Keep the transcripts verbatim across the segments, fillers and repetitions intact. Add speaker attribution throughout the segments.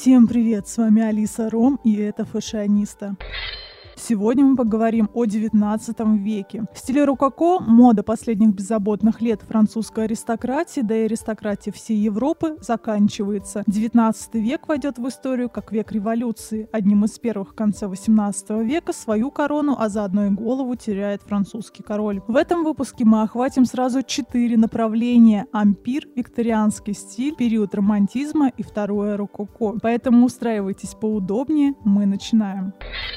Speaker 1: Всем привет, с вами Алиса Ром, и это Фэшиониста. Сегодня мы поговорим о девятнадцатом веке. В стиле рококо, мода последних беззаботных лет французской аристократии, да и аристократии всей Европы, заканчивается. девятнадцатый век войдет в историю как век революции. Одним из первых в конце восемнадцатого века свою корону, а заодно и голову теряет французский король. В этом выпуске мы охватим сразу четыре направления: ампир, викторианский стиль, период романтизма и второе рококо. Поэтому устраивайтесь поудобнее, мы начинаем.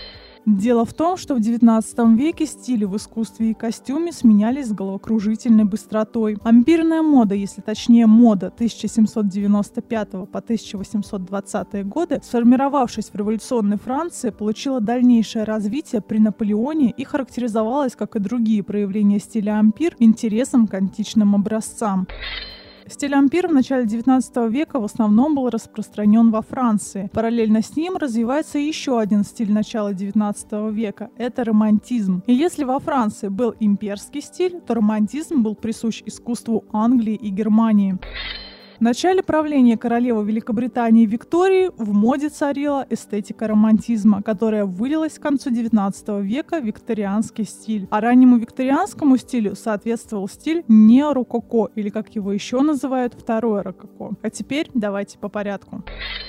Speaker 1: Дело в том, что в девятнадцатом веке стили в искусстве и костюме сменялись с головокружительной быстротой. Ампирная мода, если точнее мода тысяча семьсот девяносто пятого по тысяча восемьсот двадцатые годы, сформировавшись в революционной Франции, получила дальнейшее развитие при Наполеоне и характеризовалась, как и другие проявления стиля ампир, интересом к античным образцам. Стиль ампир в начале девятнадцатого века в основном был распространен во Франции. Параллельно с ним развивается еще один стиль начала девятнадцатого века – это романтизм. И если во Франции был имперский стиль, то романтизм был присущ искусству Англии и Германии. В начале правления королевы Великобритании Виктории в моде царила эстетика романтизма, которая вылилась к концу девятнадцатого века в викторианский стиль. А раннему викторианскому стилю соответствовал стиль неорококо, или, как его еще называют, второе рококо. А теперь давайте по порядку.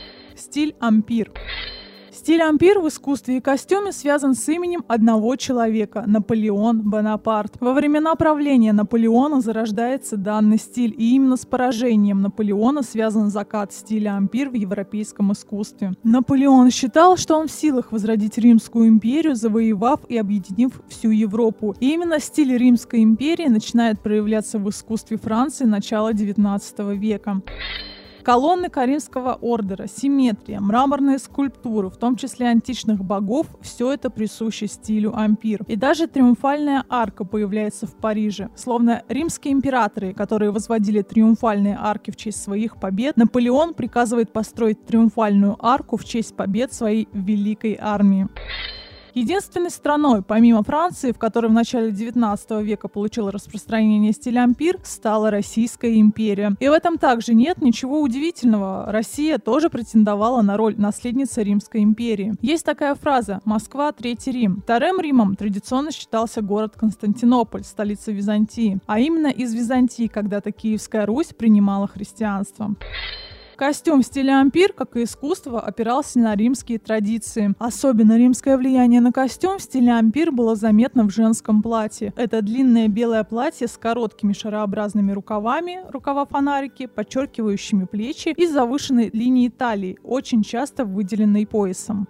Speaker 1: Стиль ампир. Стиль ампир в искусстве и костюме связан с именем одного человека – Наполеон Бонапарт. Во времена правления Наполеона зарождается данный стиль, и именно с поражением Наполеона связан закат стиля ампир в европейском искусстве. Наполеон считал, что он в силах возродить Римскую империю, завоевав и объединив всю Европу. И именно стиль Римской империи начинает проявляться в искусстве Франции начала девятнадцатого века. Колонны Каримского ордера, симметрия, мраморные скульптуры, в том числе античных богов – все это присуще стилю ампир. И даже триумфальная арка появляется в Париже. Словно римские императоры, которые возводили триумфальные арки в честь своих побед, Наполеон приказывает построить триумфальную арку в честь побед своей великой армии. Единственной страной, помимо Франции, в которой в начале девятнадцатого века получила распространение стиль ампир, стала Российская империя. И в этом также нет ничего удивительного. Россия тоже претендовала на роль наследницы Римской империи. Есть такая фраза «Москва – Третий Рим». Вторым Римом традиционно считался город Константинополь, столица Византии. А именно из Византии когда-то Киевская Русь принимала христианство. Костюм в стиле ампир, как и искусство, опирался на римские традиции. Особенно римское влияние на костюм в стиле ампир было заметно в женском платье. Это длинное белое платье с короткими шарообразными рукавами, рукава-фонарики, подчеркивающими плечи и завышенной линией талии, очень часто выделенной поясом.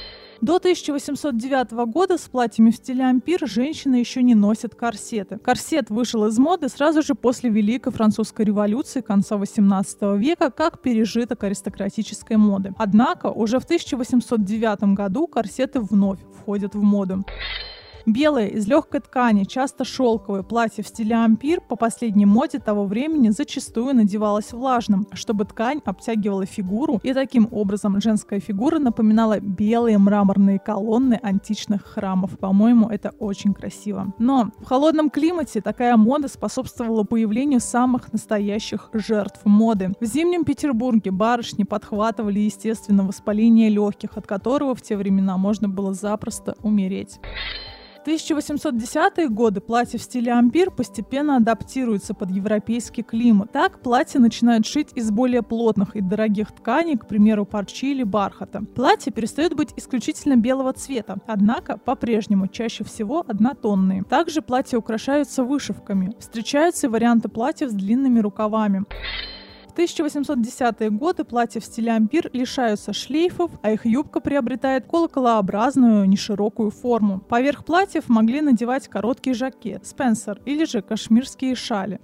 Speaker 1: До тысяча восемьсот девятого года с платьями в стиле ампир женщины еще не носят корсеты. Корсет вышел из моды сразу же после Великой Французской революции конца восемнадцатого века как пережиток аристократической моды. Однако уже в тысяча восемьсот девятом году корсеты вновь входят в моду. Белое из легкой ткани, часто шелковое платье в стиле ампир по последней моде того времени зачастую надевалось влажным, чтобы ткань обтягивала фигуру, и таким образом женская фигура напоминала белые мраморные колонны античных храмов. По-моему, это очень красиво. Но в холодном климате такая мода способствовала появлению самых настоящих жертв моды. В зимнем Петербурге барышни подхватывали естественно воспаление легких, от которого в те времена можно было запросто умереть. В тысяча восемьсот десятые годы платья в стиле ампир постепенно адаптируются под европейский климат. Так, платья начинают шить из более плотных и дорогих тканей, к примеру, парчи или бархата. Платья перестают быть исключительно белого цвета, однако по-прежнему чаще всего однотонные. Также платья украшаются вышивками. Встречаются и варианты платьев с длинными рукавами. В тысяча восемьсот десятые годы платья в стиле ампир лишаются шлейфов, а их юбка приобретает колоколообразную, неширокую форму. Поверх платьев могли надевать короткий жакет, спенсер или же кашмирские шали.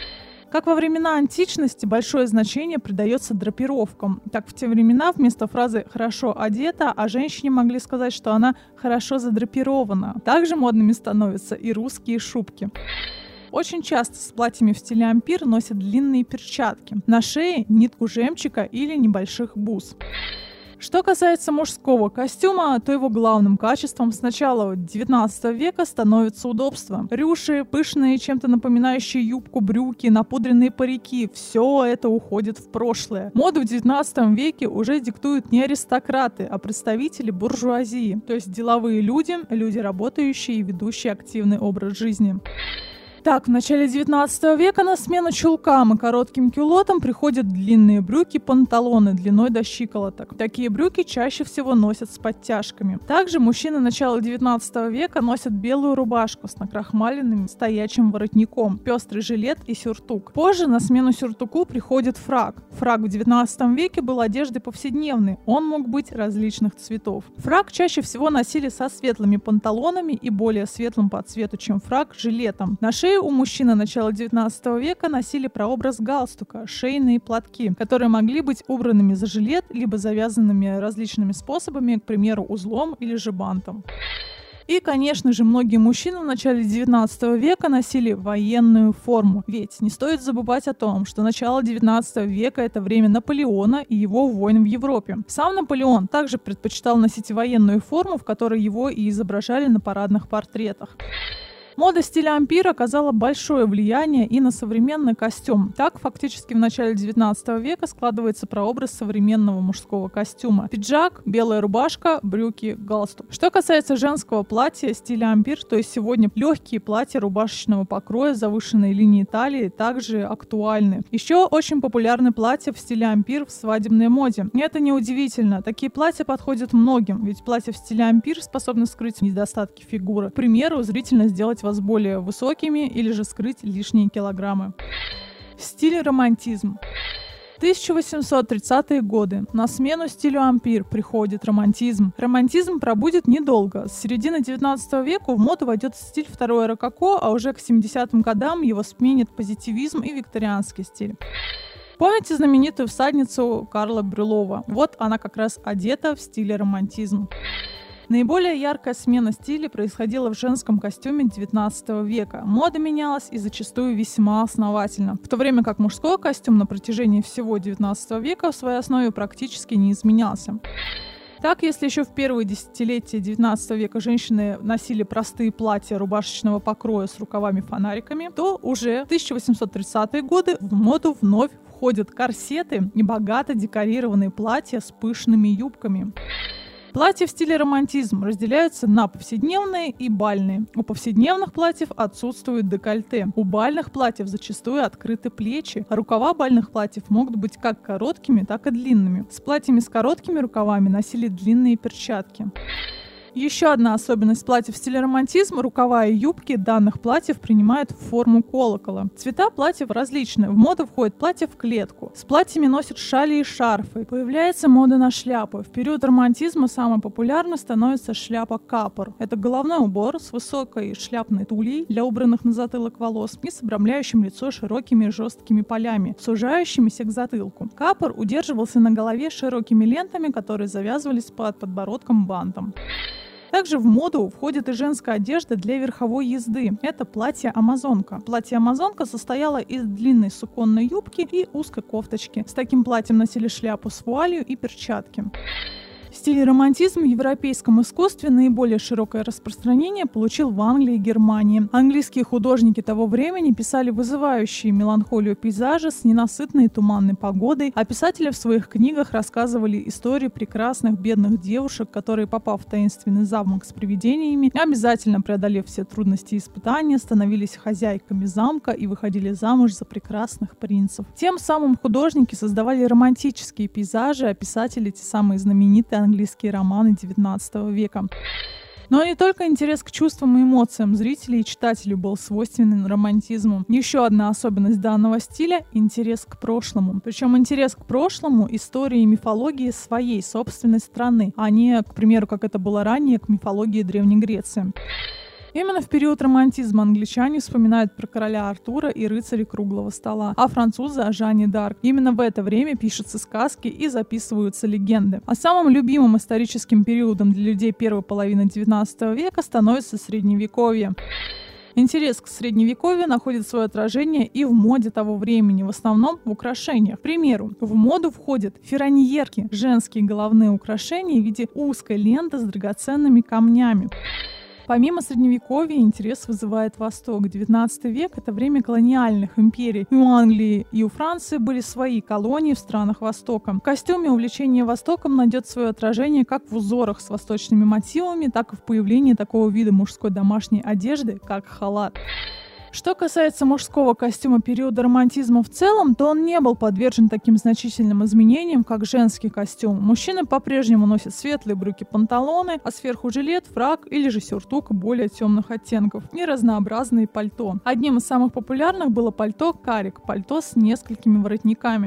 Speaker 1: Как во времена античности большое значение придается драпировкам. Так в те времена вместо фразы «хорошо одета» о женщине могли сказать, что она «хорошо задрапирована». Также модными становятся и русские шубки. Очень часто с платьями в стиле ампир носят длинные перчатки. На шее нитку жемчуга или небольших бус. Что касается мужского костюма, то его главным качеством с начала девятнадцатого века становится удобство. Рюши, пышные, чем-то напоминающие юбку, брюки, напудренные парики – все это уходит в прошлое. Моду в девятнадцатом веке уже диктуют не аристократы, а представители буржуазии, то есть деловые люди, люди работающие и ведущие активный образ жизни. Так, в начале девятнадцатого века на смену чулкам и коротким кюлотам приходят длинные брюки-панталоны длиной до щиколоток. Такие брюки чаще всего носят с подтяжками. Также мужчины начала девятнадцатого века носят белую рубашку с накрахмаленным стоячим воротником, пестрый жилет и сюртук. Позже на смену сюртуку приходит фрак. Фрак в девятнадцатом веке был одеждой повседневной, он мог быть различных цветов. Фрак чаще всего носили со светлыми панталонами и более светлым по цвету, чем фрак, жилетом. На шее у мужчины начала девятнадцатого века носили прообраз галстука, шейные платки, которые могли быть убранными за жилет, либо завязанными различными способами, к примеру, узлом или же бантом. И, конечно же, многие мужчины в начале девятнадцатого века носили военную форму. Ведь не стоит забывать о том, что начало девятнадцатого века – это время Наполеона и его войн в Европе. Сам Наполеон также предпочитал носить военную форму, в которой его и изображали на парадных портретах. Мода стиля ампир оказала большое влияние и на современный костюм. Так, фактически в начале девятнадцатого века складывается прообраз современного мужского костюма. Пиджак, белая рубашка, брюки, галстук. Что касается женского платья стиля ампир, то есть сегодня легкие платья рубашечного покроя с завышенной линией талии также актуальны. Еще очень популярны платья в стиле ампир в свадебной моде. И это неудивительно. Такие платья подходят многим, ведь платья в стиле ампир способны скрыть недостатки фигуры. К примеру, зрительно сделать вас более высокими или же скрыть лишние килограммы. Стиль романтизм. тысяча восемьсот тридцатые годы. На смену стилю ампир приходит романтизм. Романтизм пробудет недолго. С середины девятнадцатого века в моду войдет стиль второе рококо, а уже к семидесятым годам его сменит позитивизм и викторианский стиль. Помните знаменитую всадницу Карла Брюлова? Вот она как раз одета в стиле романтизм. Наиболее яркая смена стилей происходила в женском костюме девятнадцатого века. Мода менялась и зачастую весьма основательно, в то время как мужской костюм на протяжении всего девятнадцатого века в своей основе практически не изменялся. Так, если еще в первые десятилетия девятнадцатого века женщины носили простые платья рубашечного покроя с рукавами-фонариками, то уже в тысяча восемьсот тридцатые годы в моду вновь входят корсеты и богато декорированные платья с пышными юбками. Платья в стиле романтизм разделяются на повседневные и бальные. У повседневных платьев отсутствует декольте. У бальных платьев зачастую открыты плечи, а рукава бальных платьев могут быть как короткими, так и длинными. С платьями с короткими рукавами носили длинные перчатки. Еще одна особенность платьев в стиле романтизм – рукава и юбки данных платьев принимают форму колокола. Цвета платьев различны. В моду входит платье в клетку. С платьями носят шали и шарфы. Появляется мода на шляпы. В период романтизма самой популярной становится шляпа капор. Это головной убор с высокой шляпной тульей для убранных на затылок волос и с обрамляющим лицо широкими жесткими полями, сужающимися к затылку. Капор удерживался на голове широкими лентами, которые завязывались под подбородком бантом. Также в моду входит и женская одежда для верховой езды. Это платье-амазонка. Платье-амазонка состояло из длинной суконной юбки и узкой кофточки. С таким платьем носили шляпу с вуалью и перчатки. Стиль романтизм в европейском искусстве наиболее широкое распространение получил в Англии и Германии. Английские художники того времени писали вызывающие меланхолию пейзажи с ненасытной туманной погодой, а писатели в своих книгах рассказывали истории прекрасных бедных девушек, которые, попав в таинственный замок с привидениями, обязательно преодолев все трудности и испытания, становились хозяйками замка и выходили замуж за прекрасных принцев. Тем самым художники создавали романтические пейзажи, а писатели те самые знаменитые английские романы девятнадцатого века. Но не только интерес к чувствам и эмоциям зрителей и читателей был свойственен романтизму. Еще одна особенность данного стиля – интерес к прошлому. Причем интерес к прошлому, истории и мифологии своей собственной страны, а не, к примеру, как это было ранее, к мифологии Древней Греции. Именно в период романтизма англичане вспоминают про короля Артура и рыцарей круглого стола, а французы о Жанне д'Арк. Именно в это время пишутся сказки и записываются легенды. А самым любимым историческим периодом для людей первой половины девятнадцатого века становится Средневековье. Интерес к средневековью находит свое отражение и в моде того времени, в основном в украшениях. К примеру, в моду входят ферраньерки, женские головные украшения в виде узкой ленты с драгоценными камнями. Помимо Средневековья, интерес вызывает Восток. девятнадцатый век – это время колониальных империй. И у Англии, и у Франции были свои колонии в странах Востока. В костюме увлечение Востоком найдет свое отражение как в узорах с восточными мотивами, так и в появлении такого вида мужской домашней одежды, как халат. Что касается мужского костюма периода романтизма в целом, то он не был подвержен таким значительным изменениям, как женский костюм. Мужчины по-прежнему носят светлые брюки-панталоны, а сверху жилет, фрак или же сюртук более темных оттенков и разнообразные пальто. Одним из самых популярных было пальто карик, пальто с несколькими воротниками.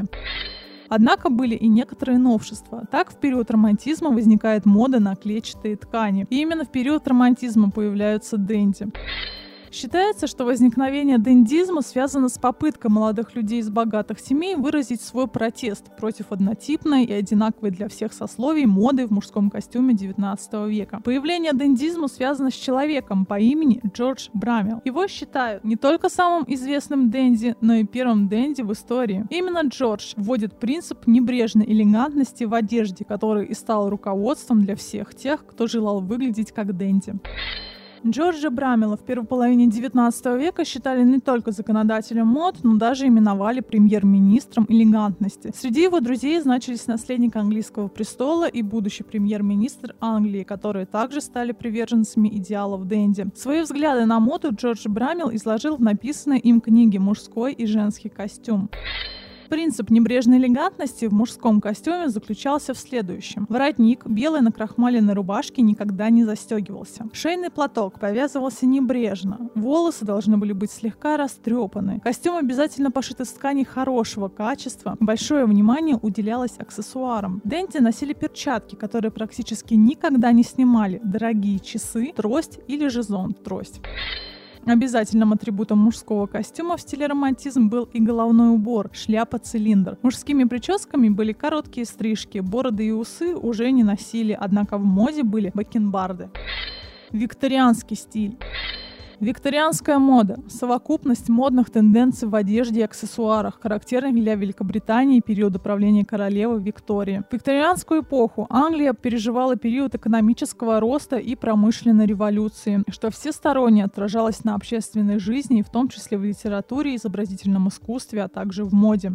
Speaker 1: Однако были и некоторые новшества. Так, в период романтизма возникает мода на клетчатые ткани. И именно в период романтизма появляются денди. Считается, что возникновение дендизма связано с попыткой молодых людей из богатых семей выразить свой протест против однотипной и одинаковой для всех сословий моды в мужском костюме девятнадцатого века. Появление дендизма связано с человеком по имени Джордж Брамелл. Его считают не только самым известным денди, но и первым денди в истории. Именно Джордж вводит принцип небрежной элегантности в одежде, который и стал руководством для всех тех, кто желал выглядеть как денди. Джорджа Брамелла в первой половине девятнадцатого века считали не только законодателем мод, но даже именовали премьер-министром элегантности. Среди его друзей значились наследник английского престола и будущий премьер-министр Англии, которые также стали приверженцами идеалов денди. Свои взгляды на моду Джордж Брамелл изложил в написанной им книге «Мужской и женский костюм». Принцип небрежной элегантности в мужском костюме заключался в следующем. Воротник белой накрахмаленной рубашки никогда не застегивался. Шейный платок повязывался небрежно. Волосы должны были быть слегка растрепаны. Костюм обязательно пошит из ткани хорошего качества. Большое внимание уделялось аксессуарам. Денди носили перчатки, которые практически никогда не снимали, дорогие часы, трость или же зонт-трость. Обязательным атрибутом мужского костюма в стиле романтизм был и головной убор, шляпа-цилиндр. Мужскими прическами были короткие стрижки, бороды и усы уже не носили, однако в моде были бакенбарды. Викторианский стиль. Викторианская мода – совокупность модных тенденций в одежде и аксессуарах, характерных для Великобритании периода правления королевы Виктории. В викторианскую эпоху Англия переживала период экономического роста и промышленной революции, что всесторонне отражалось на общественной жизни, в том числе в литературе, изобразительном искусстве, а также в моде.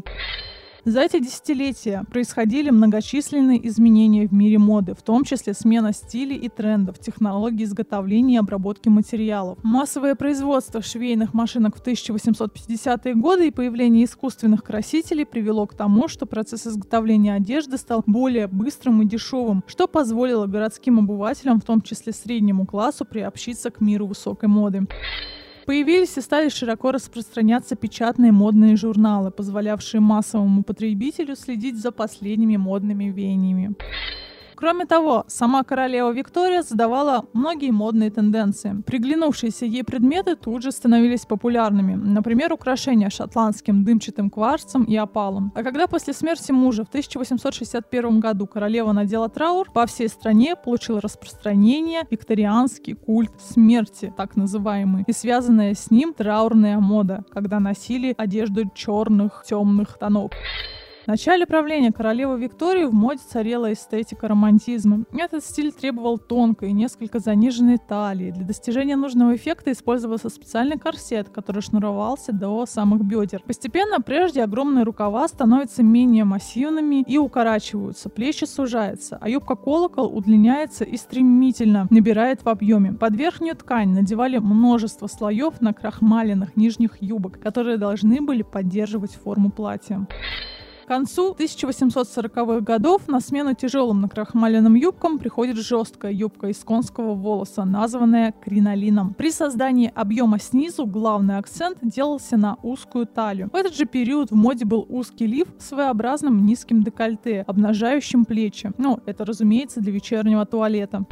Speaker 1: За эти десятилетия происходили многочисленные изменения в мире моды, в том числе смена стилей и трендов, технологий изготовления и обработки материалов. Массовое производство швейных машинок в тысяча восемьсот пятидесятые годы и появление искусственных красителей привело к тому, что процесс изготовления одежды стал более быстрым и дешевым, что позволило городским обывателям, в том числе среднему классу, приобщиться к миру высокой моды. Появились и стали широко распространяться печатные модные журналы, позволявшие массовому потребителю следить за последними модными веяниями. Кроме того, сама королева Виктория задавала многие модные тенденции. Приглянувшиеся ей предметы тут же становились популярными. Например, украшения шотландским дымчатым кварцем и опалом. А когда после смерти мужа в тысяча восемьсот шестьдесят первом году королева надела траур, по всей стране получил распространение викторианский культ смерти, так называемый, и связанная с ним траурная мода, когда носили одежду черных, темных тонов. В начале правления королевы Виктории в моде царила эстетика романтизма. Этот стиль требовал тонкой и несколько заниженной талии. Для достижения нужного эффекта использовался специальный корсет, который шнуровался до самых бедер. Постепенно прежде огромные рукава становятся менее массивными и укорачиваются, плечи сужаются, а юбка-колокол удлиняется и стремительно набирает в объеме. Под верхнюю ткань надевали множество слоев накрахмаленных нижних юбок, которые должны были поддерживать форму платья. К концу тысяча восемьсот сороковых годов на смену тяжелым накрахмаленным юбкам приходит жесткая юбка из конского волоса, названная кринолином. При создании объема снизу главный акцент делался на узкую талию. В этот же период в моде был узкий лиф с своеобразным низким декольте, обнажающим плечи. Ну, это, разумеется, для вечернего туалета.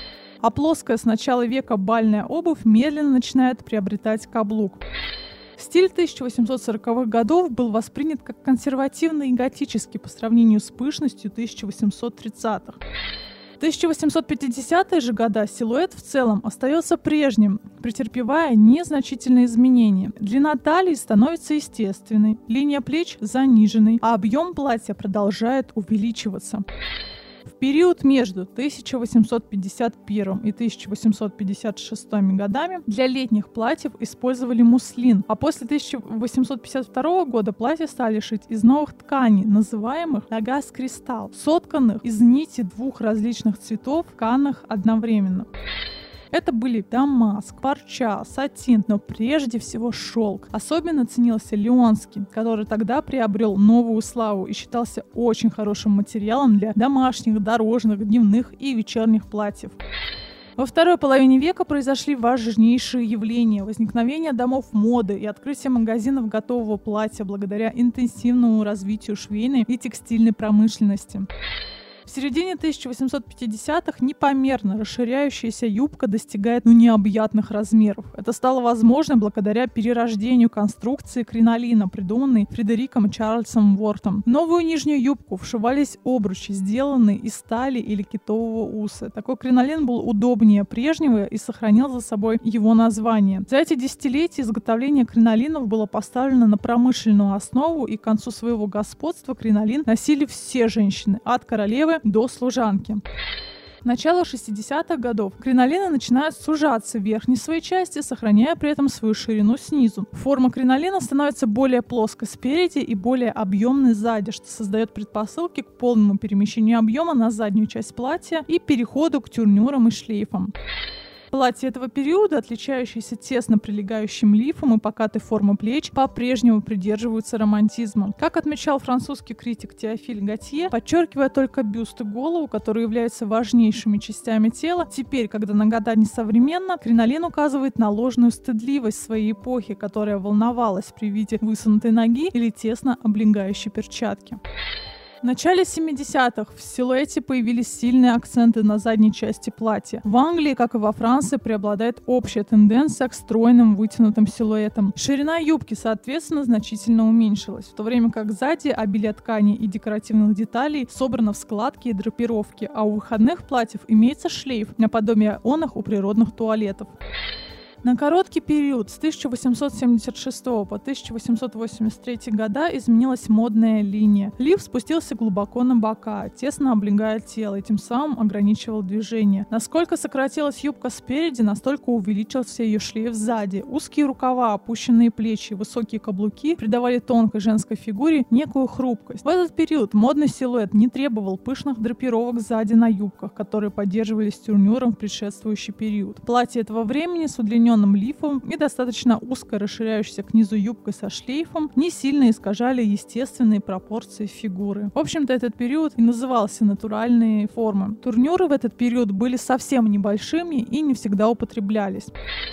Speaker 1: А плоская с начала века бальная обувь медленно начинает приобретать каблук. Стиль тысяча восемьсот сороковых годов был воспринят как консервативный и готический по сравнению с пышностью тысяча восемьсот тридцатых. В тысяча восемьсот пятидесятые же годы силуэт в целом остается прежним, претерпевая незначительные изменения. Длина талии становится естественной, линия плеч заниженной, а объем платья продолжает увеличиваться. В период между тысяча восемьсот пятьдесят первым и тысяча восемьсот пятьдесят шестым годами для летних платьев использовали муслин, а после тысяча восемьсот пятьдесят второго года платья стали шить из новых тканей, называемых дагас-кристалл, сотканных из нити двух различных цветов в тканях одновременно. Это были дамаск, парча, сатин, но прежде всего шелк. Особенно ценился леонский, который тогда приобрел новую славу и считался очень хорошим материалом для домашних, дорожных, дневных и вечерних платьев. Во второй половине века произошли важнейшие явления: возникновение домов моды и открытие магазинов готового платья благодаря интенсивному развитию швейной и текстильной промышленности. В середине тысяча восемьсот пятидесятых непомерно расширяющаяся юбка достигает ну, необъятных размеров. Это стало возможно благодаря перерождению конструкции кринолина, придуманной Фредериком Чарльзом Вортом. В новую нижнюю юбку вшивались обручи, сделанные из стали или китового уса. Такой кринолин был удобнее прежнего и сохранил за собой его название. За эти десятилетия изготовление кринолинов было поставлено на промышленную основу, и к концу своего господства кринолин носили все женщины, от королевы до служанки. Начало шестидесятых годов кринолины начинают сужаться в верхней своей части, сохраняя при этом свою ширину снизу. Форма кринолина становится более плоской спереди и более объемной сзади, что создает предпосылки к полному перемещению объема на заднюю часть платья и переходу к тюрнюрам и шлейфам. Платья этого периода, отличающиеся тесно прилегающим лифом и покатой формой плеч, по-прежнему придерживаются романтизма. Как отмечал французский критик Теофиль Готье, подчеркивая только бюст и голову, которые являются важнейшими частями тела, теперь, когда нагота несовременна, кринолин указывает на ложную стыдливость своей эпохи, которая волновалась при виде высунутой ноги или тесно облегающей перчатки. В начале семидесятых в силуэте появились сильные акценты на задней части платья. В Англии, как и во Франции, преобладает общая тенденция к стройным вытянутым силуэтам. Ширина юбки, соответственно, значительно уменьшилась, в то время как сзади обилие тканей и декоративных деталей собрано в складки и драпировки, а у выходных платьев имеется шлейф, наподобие оных у природных туалетов. На короткий период с тысяча восемьсот семьдесят шестого по тысяча восемьсот восемьдесят третий года изменилась модная линия. Лиф спустился глубоко на бока, тесно облегая тело и тем самым ограничивал движение. Насколько сократилась юбка спереди, настолько увеличился ее шлейф сзади. Узкие рукава, опущенные плечи и высокие каблуки придавали тонкой женской фигуре некую хрупкость. В этот период модный силуэт не требовал пышных драпировок сзади на юбках, которые поддерживались тюрнюром в предшествующий период. Платье этого времени с удлиненным лифом и достаточно узко расширяющейся к низу юбкой со шлейфом не сильно искажали естественные пропорции фигуры. В общем-то, этот период и назывался натуральные формы. Турнюры в этот период были совсем небольшими и не всегда употреблялись.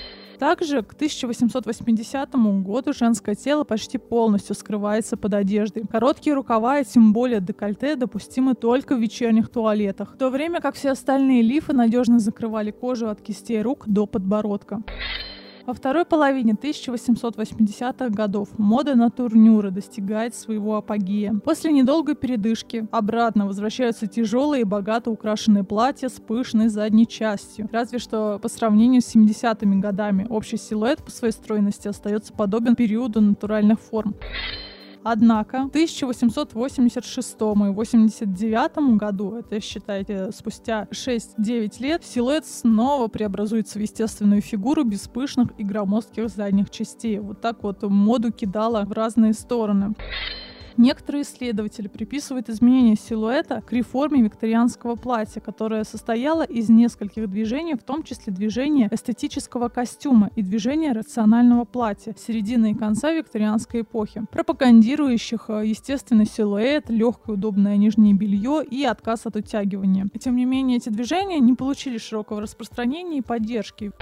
Speaker 1: Также к тысяча восемьсот восьмидесятому году женское тело почти полностью скрывается под одеждой. Короткие рукава и тем более декольте допустимы только в вечерних туалетах, в то время как все остальные лифы надежно закрывали кожу от кистей рук до подбородка. Во второй половине тысяча восемьсот восьмидесятых годов мода на турнюры достигает своего апогея. После недолгой передышки обратно возвращаются тяжелые и богато украшенные платья с пышной задней частью. Разве что по сравнению с семидесятыми годами общий силуэт по своей стройности остается подобен периоду натуральных форм. Однако в тысяча восемьсот восемьдесят шестом и восемьдесят девятом году, это считайте спустя шесть-девять лет, силуэт снова преобразуется в естественную фигуру без пышных и громоздких задних частей. Вот так вот моду кидало в разные стороны. Некоторые исследователи приписывают изменение силуэта к реформе викторианского платья, которое состояло из нескольких движений, в том числе движения эстетического костюма и движения рационального платья середины и конца викторианской эпохи, пропагандирующих естественный силуэт, легкое удобное нижнее белье и отказ от утягивания. И, тем не менее, эти движения не получили широкого распространения и поддержки.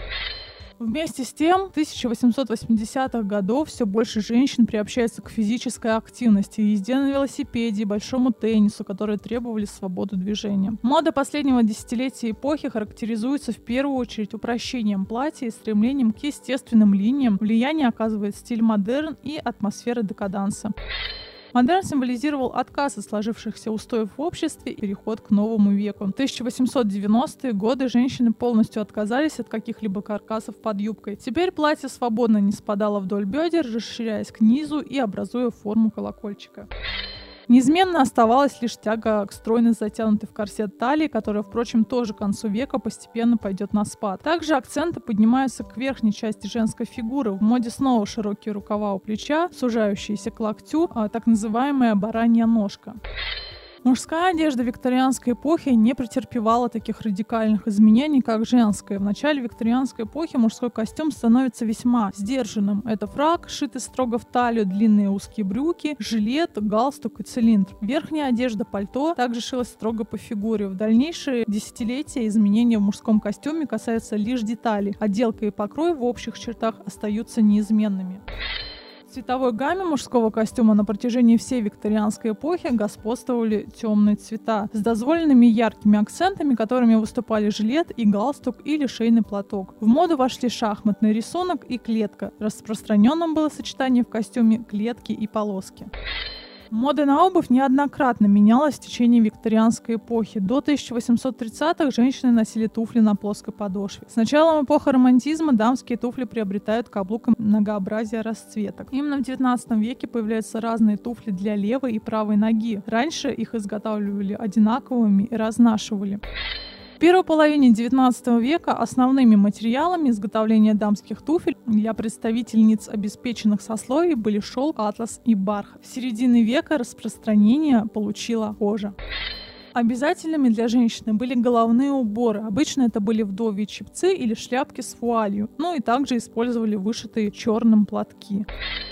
Speaker 1: Вместе с тем, в тысяча восемьсот восьмидесятых годов все больше женщин приобщаются к физической активности, езде на велосипеде и большому теннису, которые требовали свободы движения. Мода последнего десятилетия эпохи характеризуется в первую очередь упрощением платья и стремлением к естественным линиям. Влияние оказывает стиль модерн и атмосфера декаданса. Модерн символизировал отказ от сложившихся устоев в обществе и переход к новому веку. В тысяча восемьсот девяностые годы женщины полностью отказались от каких-либо каркасов под юбкой. Теперь платье свободно не спадало вдоль бедер, расширяясь к низу и образуя форму колокольчика. Неизменно оставалась лишь тяга к стройно затянутой в корсет талии, которая, впрочем, тоже к концу века постепенно пойдет на спад. Также акценты поднимаются к верхней части женской фигуры. В моде снова широкие рукава у плеча, сужающиеся к локтю, а так называемая баранья ножка. Мужская одежда викторианской эпохи не претерпевала таких радикальных изменений, как женская. В начале викторианской эпохи мужской костюм становится весьма сдержанным. Это фрак, сшитый строго в талию, длинные узкие брюки, жилет, галстук и цилиндр. Верхняя одежда, пальто, также шилась строго по фигуре. В дальнейшие десятилетия изменения в мужском костюме касаются лишь деталей. Отделка и покрой в общих чертах остаются неизменными. В цветовой гамме мужского костюма на протяжении всей викторианской эпохи господствовали темные цвета с дозволенными яркими акцентами, которыми выступали жилет и галстук или шейный платок. В моду вошли шахматный рисунок и клетка. Распространенным было сочетание в костюме клетки и полоски. Мода на обувь неоднократно менялась в течение викторианской эпохи. До тысяча восемьсот тридцатых женщины носили туфли на плоской подошве. С началом эпохи романтизма дамские туфли приобретают каблук и многообразие расцветок. Именно в девятнадцатом веке появляются разные туфли для левой и правой ноги. Раньше их изготавливали одинаковыми и разнашивали. В первой половине девятнадцатого века основными материалами изготовления дамских туфель для представительниц обеспеченных сословий были шелк, атлас и бархат. В середине века распространение получила кожа. Обязательными для женщины были головные уборы. Обычно это были вдовьи чепцы или шляпки с вуалью. Ну и также использовали вышитые черным платки.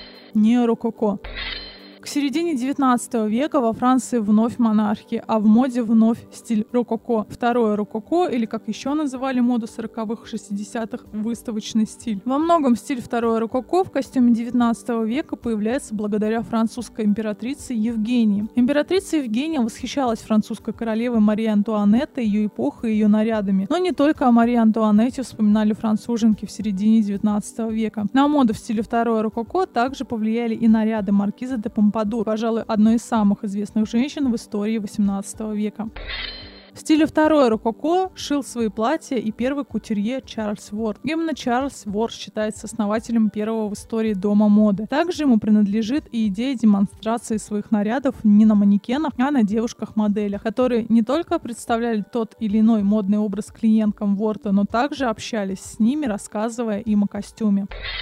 Speaker 1: Неорококо. К середине девятнадцатого века во Франции вновь монархия, а в моде вновь стиль рококо. Второе рококо, или как еще называли моду сороковых-шестидесятых, выставочный стиль. Во многом стиль второе рококо в костюме девятнадцатого века появляется благодаря французской императрице Евгении. Императрица Евгения восхищалась французской королевой Марией Антуанеттой, ее эпохой и ее нарядами. Но не только о Марии Антуанетте вспоминали француженки в середине девятнадцатого века. На моду в стиле второе рококо также повлияли и наряды маркизы де Помпадур, пожалуй, одной из самых известных женщин в истории восемнадцатого века. В стиле второе рококо шил свои платья и первый кутюрье Чарльз Ворд. Именно Чарльз Ворд считается основателем первого в истории дома моды. Также ему принадлежит и идея демонстрации своих нарядов не на манекенах, а на девушках-моделях, которые не только представляли тот или иной модный образ клиенткам Ворда, но также общались с ними, рассказывая им о костюме.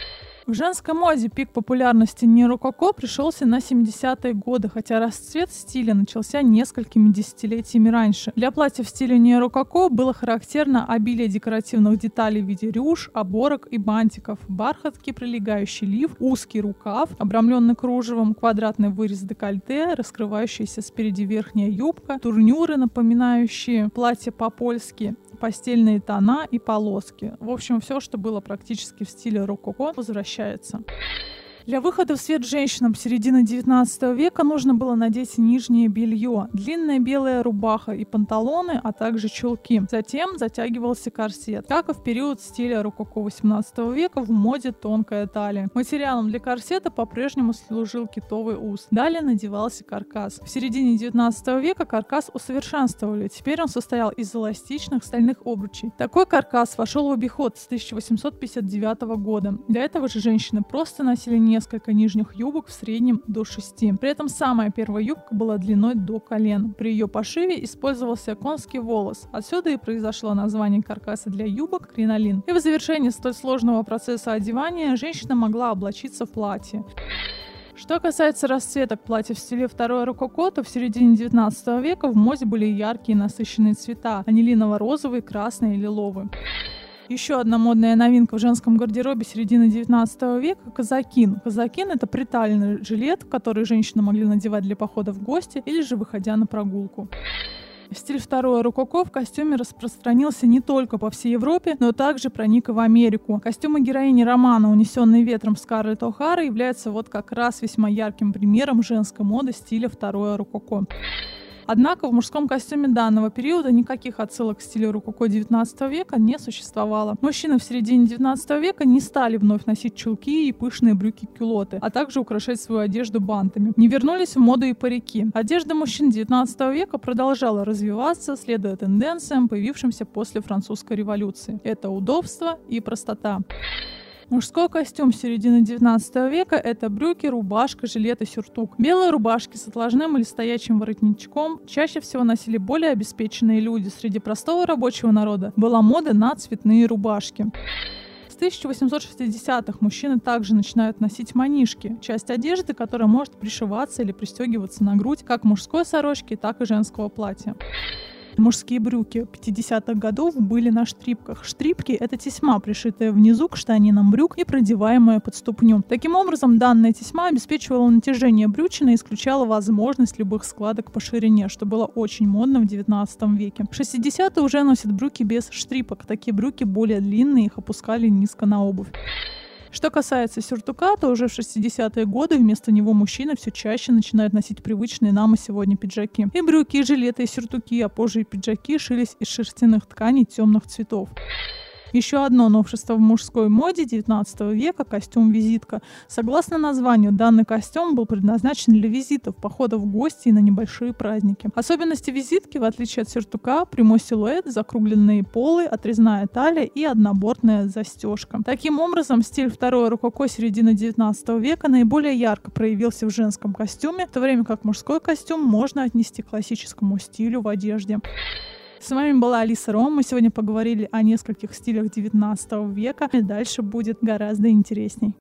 Speaker 1: В женской моде пик популярности неорококо пришелся на семидесятые годы, хотя расцвет стиля начался несколькими десятилетиями раньше. Для платьев в стиле неорококо было характерно обилие декоративных деталей в виде рюш, оборок и бантиков, бархатки, прилегающий лиф, узкий рукав, обрамленный кружевом, квадратный вырез декольте, раскрывающаяся спереди верхняя юбка, турнюры, напоминающие платье по-польски, постельные тона и полоски. В общем, все, что было практически в стиле рококо, возвращается. Для выхода в свет женщинам середины девятнадцатого века нужно было надеть нижнее белье, длинная белая рубаха и панталоны, а также чулки. Затем затягивался корсет. Как и в период стиля рококо восемнадцатого века, в моде тонкая талия. Материалом для корсета по-прежнему служил китовый ус. Далее надевался каркас. В середине девятнадцатого века каркас усовершенствовали. Теперь он состоял из эластичных стальных обручей. Такой каркас вошел в обиход с тысяча восемьсот пятьдесят девятого года. Для этого же женщины просто носили не несколько нижних юбок в среднем до шести. При этом самая первая юбка была длиной до колен. При ее пошиве использовался конский волос. Отсюда и произошло название каркаса для юбок кринолин. И в завершении столь сложного процесса одевания женщина могла облачиться в платье. Что касается расцветок платьев в стиле второе рококо, то в середине девятнадцатого века в моде были яркие насыщенные цвета: анилиново-розовый, красный и лиловый. Еще одна модная новинка в женском гардеробе середины девятнадцатого века – казакин. Казакин – это приталенный жилет, который женщины могли надевать для похода в гости или же выходя на прогулку. Стиль второе рококо в костюме распространился не только по всей Европе, но также проник и в Америку. Костюмы героини романа «Унесенный ветром» Скарлетт О'Хара являются вот как раз весьма ярким примером женской моды стиля второе рококо. Однако в мужском костюме данного периода никаких отсылок к стилю рококо девятнадцатого века не существовало. Мужчины в середине девятнадцатого века не стали вновь носить чулки и пышные брюки-кюлоты, а также украшать свою одежду бантами. Не вернулись в моду и парики. Одежда мужчин девятнадцатого века продолжала развиваться, следуя тенденциям, появившимся после французской революции. Это удобство и простота. Мужской костюм середины девятнадцатого века – это брюки, рубашка, жилет и сюртук. Белые рубашки с отложным или стоячим воротничком чаще всего носили более обеспеченные люди. Среди простого рабочего народа была мода на цветные рубашки. С тысяча восемьсот шестидесятых мужчины также начинают носить манишки – часть одежды, которая может пришиваться или пристегиваться на грудь как мужской сорочки, так и женского платья. Мужские брюки пятидесятых годов были на штрипках. Штрипки – это тесьма, пришитая внизу к штанинам брюк и продеваемая под ступню. Таким образом, данная тесьма обеспечивала натяжение брючины и исключала возможность любых складок по ширине, что было очень модно в девятнадцатом веке. В шестидесятые уже носят брюки без штрипок. Такие брюки более длинные, их опускали низко на обувь. Что касается сюртука, то уже в шестидесятые годы вместо него мужчины все чаще начинают носить привычные нам и сегодня пиджаки. И брюки, и жилеты, и сюртуки, а позже и пиджаки шились из шерстяных тканей темных цветов. Еще одно новшество в мужской моде девятнадцатого века – костюм-визитка. Согласно названию, данный костюм был предназначен для визитов, походов в гости и на небольшие праздники. Особенности визитки, в отличие от сюртука, прямой силуэт, закругленные полы, отрезная талия и однобортная застежка. Таким образом, стиль второй рококо середины девятнадцатого века наиболее ярко проявился в женском костюме, в то время как мужской костюм можно отнести к классическому стилю в одежде. С вами была Алиса Ром. Мы сегодня поговорили о нескольких стилях девятнадцатого века. И дальше будет гораздо интересней.